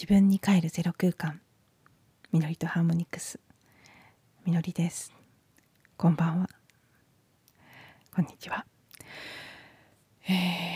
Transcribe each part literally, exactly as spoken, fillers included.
自分に帰るゼロ空間、みのりとハーモニクス、みのりです。こんばんは、こんにちは。えー、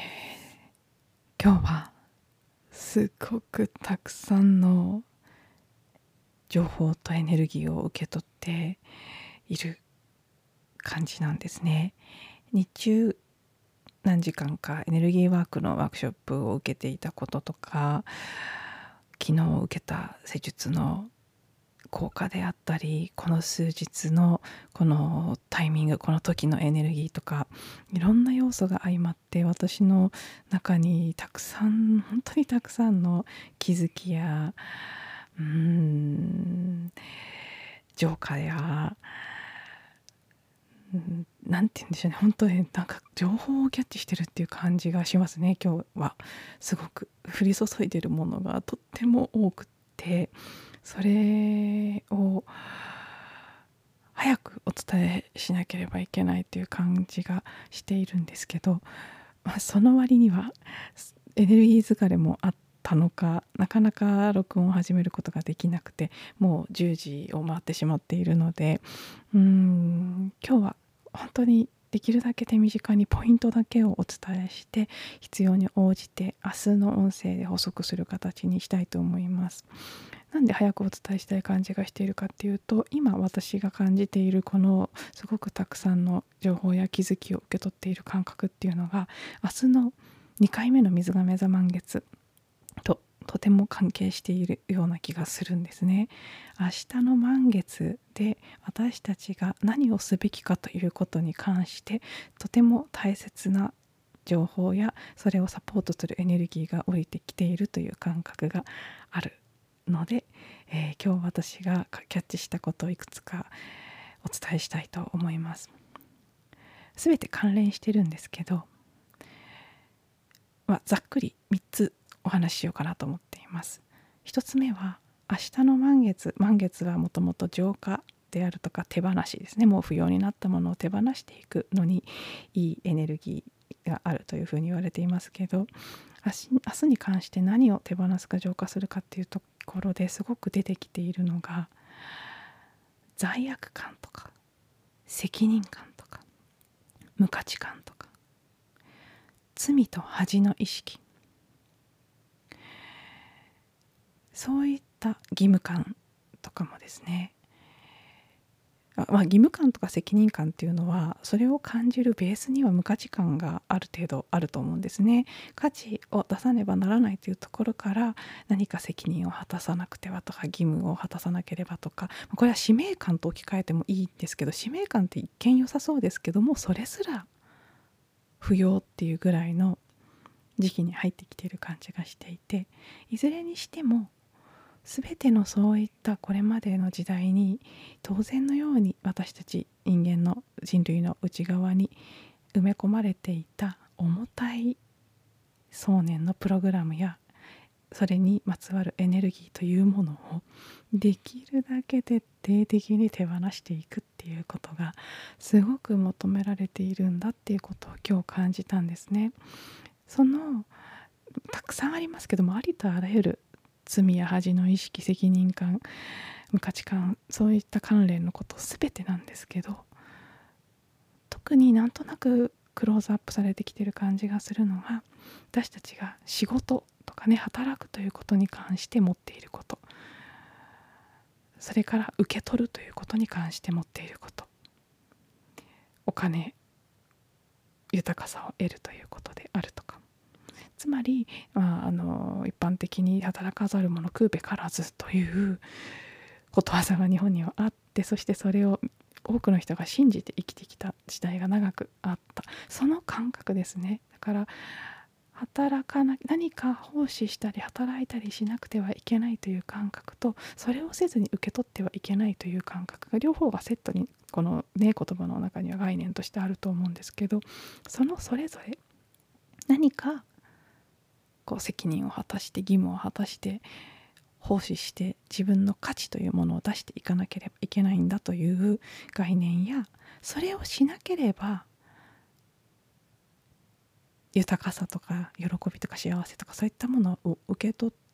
今日はすっごくたくさんの情報とエネルギーを受け取っている感じなんですね。日中何時間かエネルギーワークのワークショップを受けていたこととか、昨日受けた施術の効果であったり、この数日のこのタイミング、この時のエネルギーとか、いろんな要素が相まって私の中にたくさん、本当にたくさんの気づきやうーん浄化やなんて言うんでしょうね、本当になんか情報をキャッチしてるっていう感じがしますね。今日はすごく降り注いでるものがとっても多くって、それを早くお伝えしなければいけないという感じがしているんですけど、まあ、その割にはエネルギー疲れもあったのか、なかなか録音を始めることができなくて、もうじゅうじを回ってしまっているので、うーん今日は本当にできるだけ手短にポイントだけをお伝えして、必要に応じて明日の音声で補足する形にしたいと思います。なんで早くお伝えしたい感じがしているかっていうと、今私が感じているこのすごくたくさんの情報や気づきを受け取っている感覚っていうのが、明日のにかいめの水亀座満月ととても関係しているような気がするんですね。明日の満月で私たちが何をすべきかということに関して、とても大切な情報やそれをサポートするエネルギーが降りてきているという感覚があるので、えー、今日私がキャッチしたことをいくつかお伝えしたいと思います。すべて関連してるんですけど、まあ、ざっくりみっつお話ししようかなと思っています。ひとつめは、明日の満月満月はもともと浄化であるとか手放しですね。もう不要になったものを手放していくのにいいエネルギーがあるというふうに言われていますけど、明日、明日に関して何を手放すか浄化するかっていうところですごく出てきているのが、罪悪感とか責任感とか無価値観とか罪と恥の意識、そういった義務感とかもですね、あまあ、義務感とか責任感っていうのは、それを感じるベースには無価値観がある程度あると思うんですね。価値を出さねばならないというところから、何か責任を果たさなくてはとか、義務を果たさなければとか、これは使命感と置き換えてもいいんですけど、使命感って一見良さそうですけども、それすら不要っていうぐらいの時期に入ってきている感じがしていて、いずれにしても全てのそういったこれまでの時代に当然のように私たち人間の人類の内側に埋め込まれていた重たい想念のプログラムや、それにまつわるエネルギーというものをできるだけ徹底的に手放していくっていうことがすごく求められているんだっていうことを今日感じたんですね。そのたくさんありますけども、ありとあらゆる罪や恥の意識、責任感、無価値観、そういった関連のこと全てなんですけど、特になんとなくクローズアップされてきてる感じがするのが、私たちが仕事とかね、働くということに関して持っていること、それから受け取るということに関して持っていること、お金、豊かさを得るということであるとか、つまり、まあ、あの一般的に働かざる者食うべからずということわざが日本にはあって、そしてそれを多くの人が信じて生きてきた時代が長くあった、その感覚ですね。だから働かな何か奉仕したり働いたりしなくてはいけないという感覚と、それをせずに受け取ってはいけないという感覚が両方がセットにこのね言葉の中には概念としてあると思うんですけど、そのそれぞれ何かこう責任を果たして義務を果たして奉仕して自分の価値というものを出していかなければいけないんだという概念や、それをしなければ豊かさとか喜びとか幸せとかそういったものを受け取っ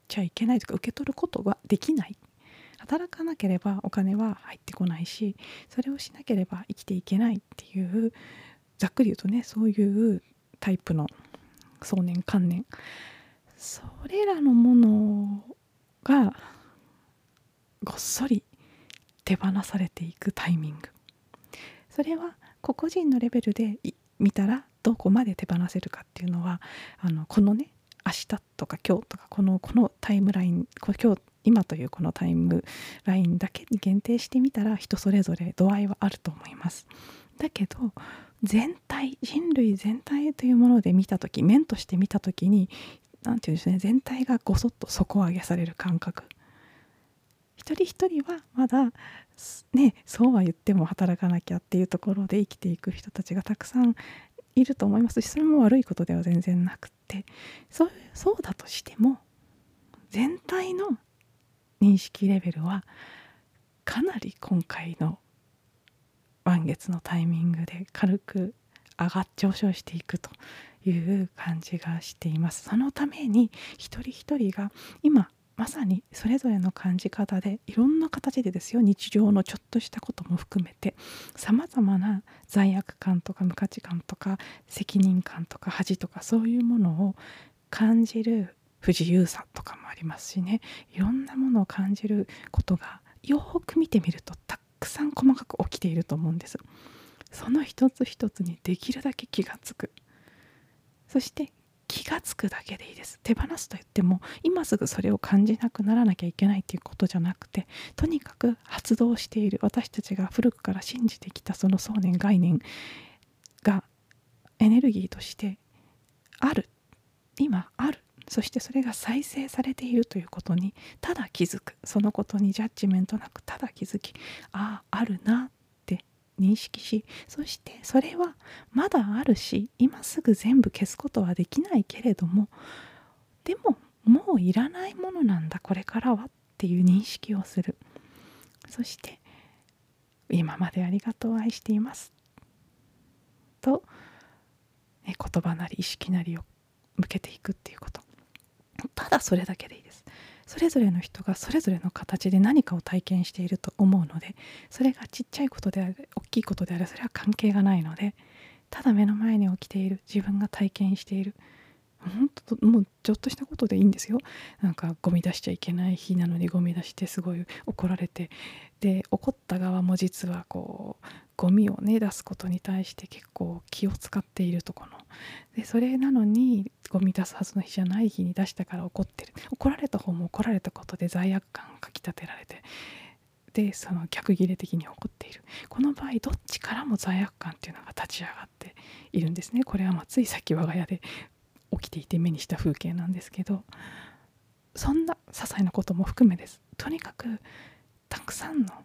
ちゃいけないとか受け取ることができない。働かなければお金は入ってこないし、それをしなければ生きていけないっていう、ざっくり言うとね、そういうタイプの想念観念、それらのものがごっそり手放されていくタイミング、それは個々人のレベルで見たらどこまで手放せるかっていうのは、あのこのね、明日とか今日とかこのこのタイムライン、こ今日今というこのタイムラインだけに限定してみたら人それぞれ度合いはあると思います。だけど全体、人類全体というもので見た時、面として見た時に、なんていうんですね、全体がごそっと底上げされる感覚。一人一人はまだね、そうは言っても働かなきゃっていうところで生きていく人たちがたくさんいると思いますし、それも悪いことでは全然なくって、そう、そうだとしても全体の認識レベルはかなり今回の満月のタイミングで軽く上がっ上昇していくという感じがしています。そのために一人一人が今まさにそれぞれの感じ方で、いろんな形でですよ、日常のちょっとしたことも含めてさまざまな罪悪感とか無価値観とか責任感とか恥とか、そういうものを感じる不自由さとかもありますしね、いろんなものを感じることがよーく見てみるとたくさん細かく起きていると思うんです。その一つ一つにできるだけ気がつく。そして気がつくだけでいいです。手放すと言っても今すぐそれを感じなくならなきゃいけないということじゃなくて、とにかく発動している、私たちが古くから信じてきたその想念概念がエネルギーとしてある、今ある、そしてそれが再生されているということにただ気づく。そのことにジャッジメントなくただ気づき、ああ、あるなって認識し、そしてそれはまだあるし、今すぐ全部消すことはできないけれども、でももういらないものなんだこれからはっていう認識をする。そして今までありがとう、愛していますと、ね、言葉なり意識なりを向けていくっていうこと、ただそれだけでいいです。それぞれの人がそれぞれの形で何かを体験していると思うので、それがちっちゃいことであれ大きいことであれ、それは関係がないので、ただ目の前に起きている自分が体験している、本当もうちょっとしたことでいいんですよ。なんかゴミ出しちゃいけない日なのにゴミ出してすごい怒られて、で怒った側も実はこうゴミをね出すことに対して結構気を使っているところで、それなのにゴミ出すはずの日じゃない日に出したから怒ってる。怒られた方も怒られたことで罪悪感がかきたてられて、でその逆ギレ的に怒っている。この場合どっちからも罪悪感っていうのが立ち上がっているんですね。これはまあついさっき我が家で起きていて目にした風景なんですけど、そんな些細なことも含めです。とにかくたくさんの、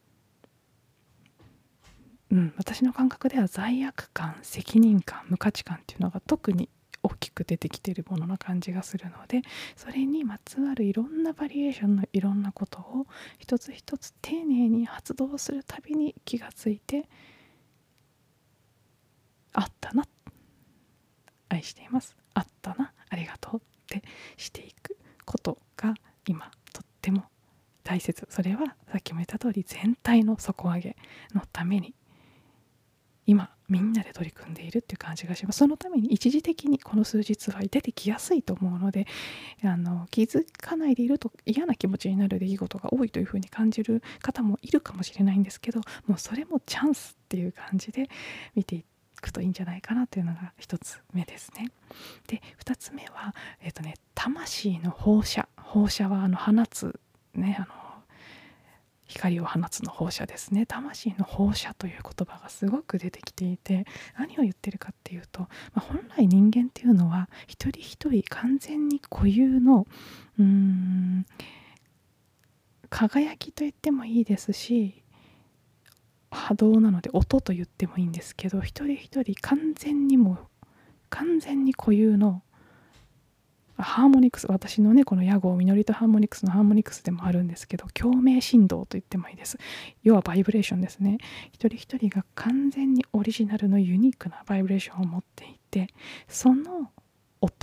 うん、私の感覚では罪悪感、責任感、無価値観っていうのが特に大きく出てきているものな感じがするので、それにまつわるいろんなバリエーションのいろんなことを一つ一つ丁寧に発動するたびに気がついて、あったな、愛しています、あったな、ありがとうってしていくことが今とっても大切。それはさっきも言った通り全体の底上げのために今みんなで取り組んでいるっていう感じがします。そのために一時的にこの数日は出てきやすいと思うので、あの気づかないでいると嫌な気持ちになる出来事が多いというふうに感じる方もいるかもしれないんですけど、もうそれもチャンスっていう感じで見ていくといいんじゃないかなというのが一つ目ですね。で二つ目は、えっとね、魂の放射。放射はあの放つね、あの光を放つの放射ですね。魂の放射という言葉がすごく出てきていて、何を言ってるかっていうと、まあ、本来人間っていうのは一人一人完全に固有のうーん輝きと言ってもいいですし、波動なので音と言ってもいいんですけど、一人一人完全にも完全に固有のハーモニクス、私のねこの屋号みのりとハーモニクスのハーモニクスでもあるんですけど、共鳴振動と言ってもいいです。要はバイブレーションですね。一人一人が完全にオリジナルのユニークなバイブレーションを持っていて、その音、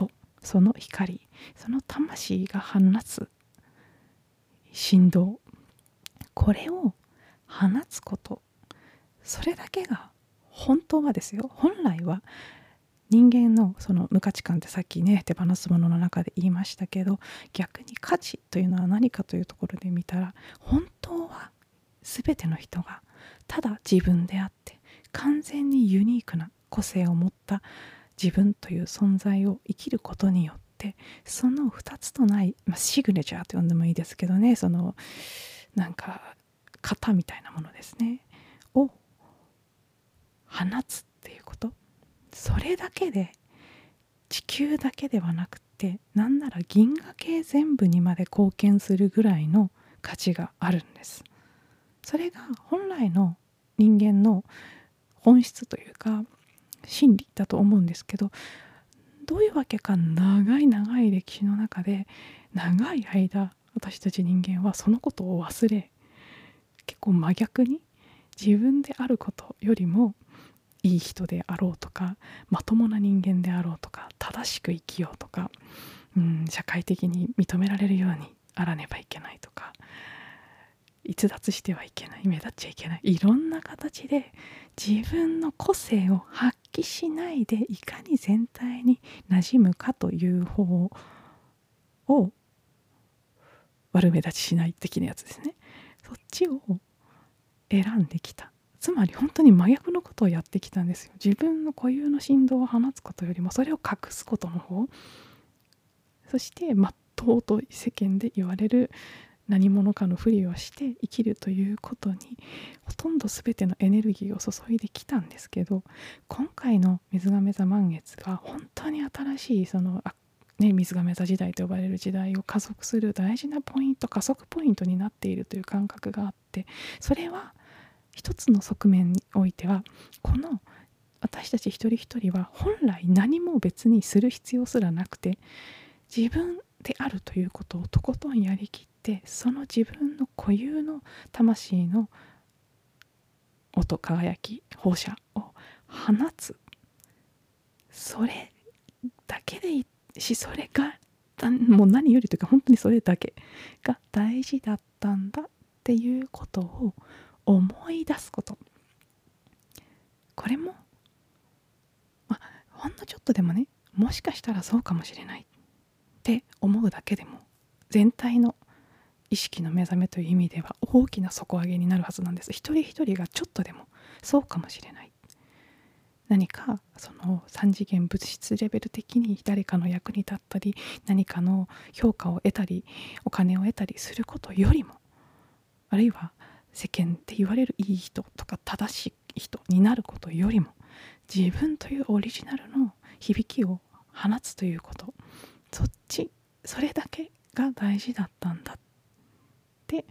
その光、その魂が放つ振動、これを放つこと、それだけが本当はですよ、本来は人間のその無価値観ってさっきね手放すものの中で言いましたけど、逆に価値というのは何かというところで見たら、本当は全ての人がただ自分であって完全にユニークな個性を持った自分という存在を生きることによって、そのふたつとない、まあ、シグネチャーと呼んでもいいですけどね、そのなんか型みたいなものですねを放つっていうこと、それだけで地球だけではなくて、なんなら銀河系全部にまで貢献するぐらいの価値があるんです。それが本来の人間の本質というか真理だと思うんですけど、どういうわけか長い長い歴史の中で長い間私たち人間はそのことを忘れ、結構真逆に自分であることよりもいい人であろうとか、まともな人間であろうとか、正しく生きようとか、うん、社会的に認められるようにあらねばいけないとか、逸脱してはいけない、目立っちゃいけない、いろんな形で自分の個性を発揮しないでいかに全体に馴染むかという方を、悪目立ちしない的なやつですね、そっちを選んできた。つまり本当に真逆のことをやってきたんですよ。自分の固有の振動を放つことよりもそれを隠すことの方、そしてまっとうと世間で言われる何者かのふりをして生きるということにほとんど全てのエネルギーを注いできたんですけど、今回の水亀座満月が本当に新しいそのあ、ね、水亀座時代と呼ばれる時代を加速する大事なポイント、加速ポイントになっているという感覚があって、それは一つの側面においては、この私たち一人一人は本来何も別にする必要すらなくて、自分であるということをとことんやりきって、その自分の固有の魂の音、輝き、放射を放つ、それだけでいいし、それがもう何よりというか本当にそれだけが大事だったんだっていうことを思い出すこと、これも、まあ、ほんのちょっとでもね、もしかしたらそうかもしれないって思うだけでも全体の意識の目覚めという意味では大きな底上げになるはずなんです。一人一人がちょっとでもそうかもしれない、何かその三次元物質レベル的に誰かの役に立ったり、何かの評価を得たりお金を得たりすることよりも、あるいは世間って言われるいい人とか正しい人になることよりも、自分というオリジナルの響きを放つということ、そっち、それだけが大事だったんだって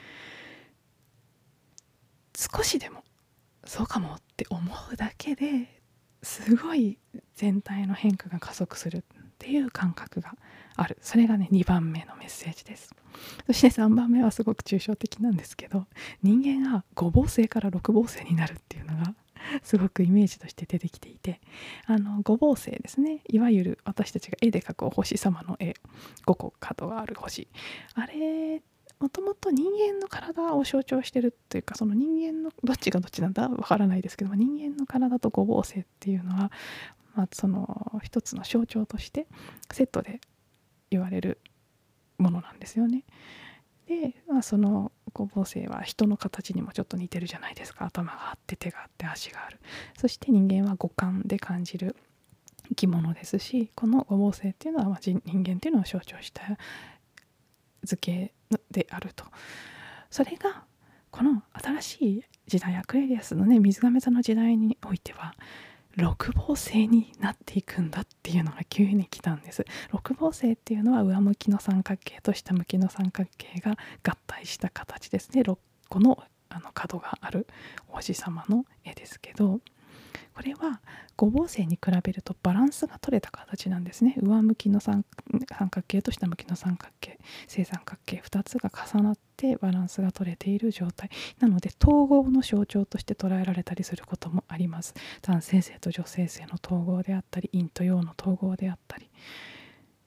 少しでもそうかもって思うだけですごい全体の変化が加速するっていう感覚がある。それがねにばんめのメッセージです。そしてさんばんめはすごく抽象的なんですけど、人間がごぼう星からろくぼう星になるっていうのがすごくイメージとして出てきていて、あのごぼう星ですね、いわゆる私たちが絵で描くお星様の絵、ごこ角がある星、あれもともと人間の体を象徴してるというか、その人間のどっちがどっちなんだわからないですけども、人間の体と五芒星っていうのは、まあ、その一つの象徴としてセットで言われるものなんですよね。で、まあ、その五芒星は人の形にもちょっと似てるじゃないですか。頭があって手があって足がある。そして人間は五感で感じる生き物ですし、この五芒星っていうのは、まあ、人間っていうのを象徴した図形であると。それがこの新しい時代、アクエリアスのね水亀座の時代においては六芒星になっていくんだっていうのが急に来たんです。六芒星っていうのは上向きの三角形と下向きの三角形が合体した形ですね。ろっこのあの角があるお星様の絵ですけど、これは五芒星に比べるとバランスが取れた形なんですね。上向きの 三, 三角形と下向きの三角形、正三角形ふたつが重なってバランスが取れている状態なので、統合の象徴として捉えられたりすることもあります。男性性と女性性の統合であったり、陰と陽の統合であったり、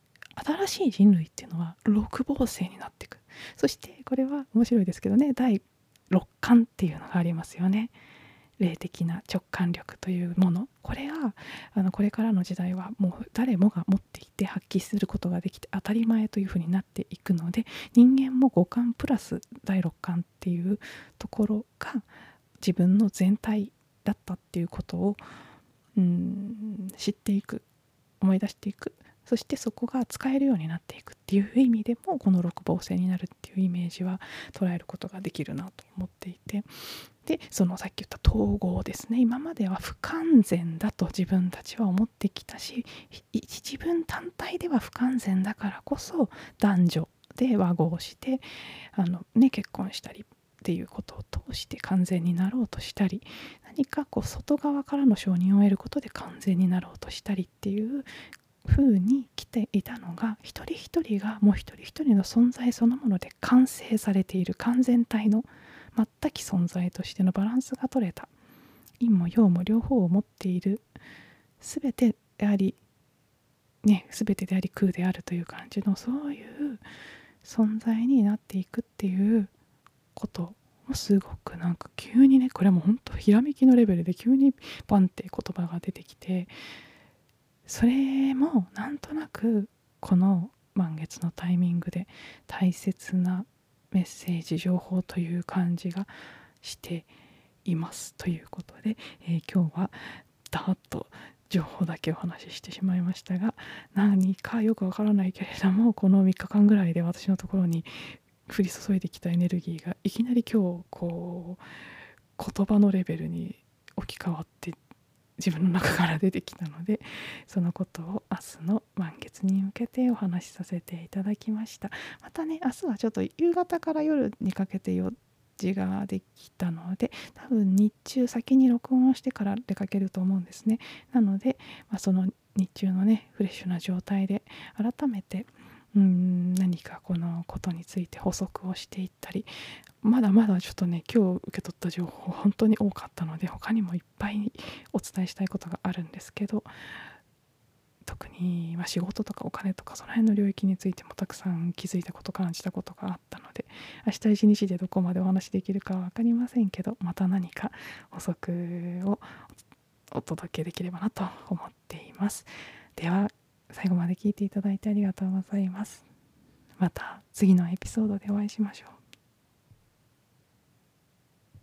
新しい人類っていうのは六芒星になっていく。そしてこれは面白いですけどね、第六感っていうのがありますよね。霊的な直感力というもの、これがあのこれからの時代はもう誰もが持っていて発揮することができて当たり前というふうになっていくので、人間も五感プラス第六感っていうところが自分の全体だったっていうことをうん知っていく、思い出していく、そしてそこが使えるようになっていくっていう意味でも、この六芒星になるっていうイメージは捉えることができるなと思っていて、でそのさっき言った統合ですね、今までは不完全だと自分たちは思ってきたし、自分単体では不完全だからこそ男女で和合してあの、ね、結婚したりっていうことを通して完全になろうとしたり、何かこう外側からの承認を得ることで完全になろうとしたりっていう風に来ていたのが、一人一人がもう一人一人の存在そのもので完成されている完全体の全き存在としてのバランスが取れた、陰も陽も両方を持っている、全てでありね、全てであり空であるという感じの、そういう存在になっていくっていうこともすごくなんか急にね、これはもう本当ひらめきのレベルで急にバンって言葉が出てきて、それもなんとなくこの満月のタイミングで大切なメッセージ情報という感じがしていますということで、えー今日はダーッと情報だけお話ししてしまいましたが、何かよくわからないけれども、このみっかかんぐらいで私のところに降り注いできたエネルギーがいきなり今日こう言葉のレベルに置き換わって自分の中から出てきたので、そのことを明日の満月に向けてお話しさせていただきました。またね、明日はちょっと夕方から夜にかけて用事ができたので、多分日中先に録音をしてから出かけると思うんですね。なので、まあ、その日中のねフレッシュな状態で改めてうーん何かこのことについて補足をしていったり、まだまだちょっとね今日受け取った情報本当に多かったので、他にもいっぱいお伝えしたいことがあるんですけど、特にまあ仕事とかお金とかその辺の領域についてもたくさん気づいたこと感じたことがあったので、明日一日でどこまでお話できるかは分かりませんけど、また何か補足をお届けできればなと思っています。では最後まで聞いていただいてありがとうございます。また次のエピソードでお会いしましょう。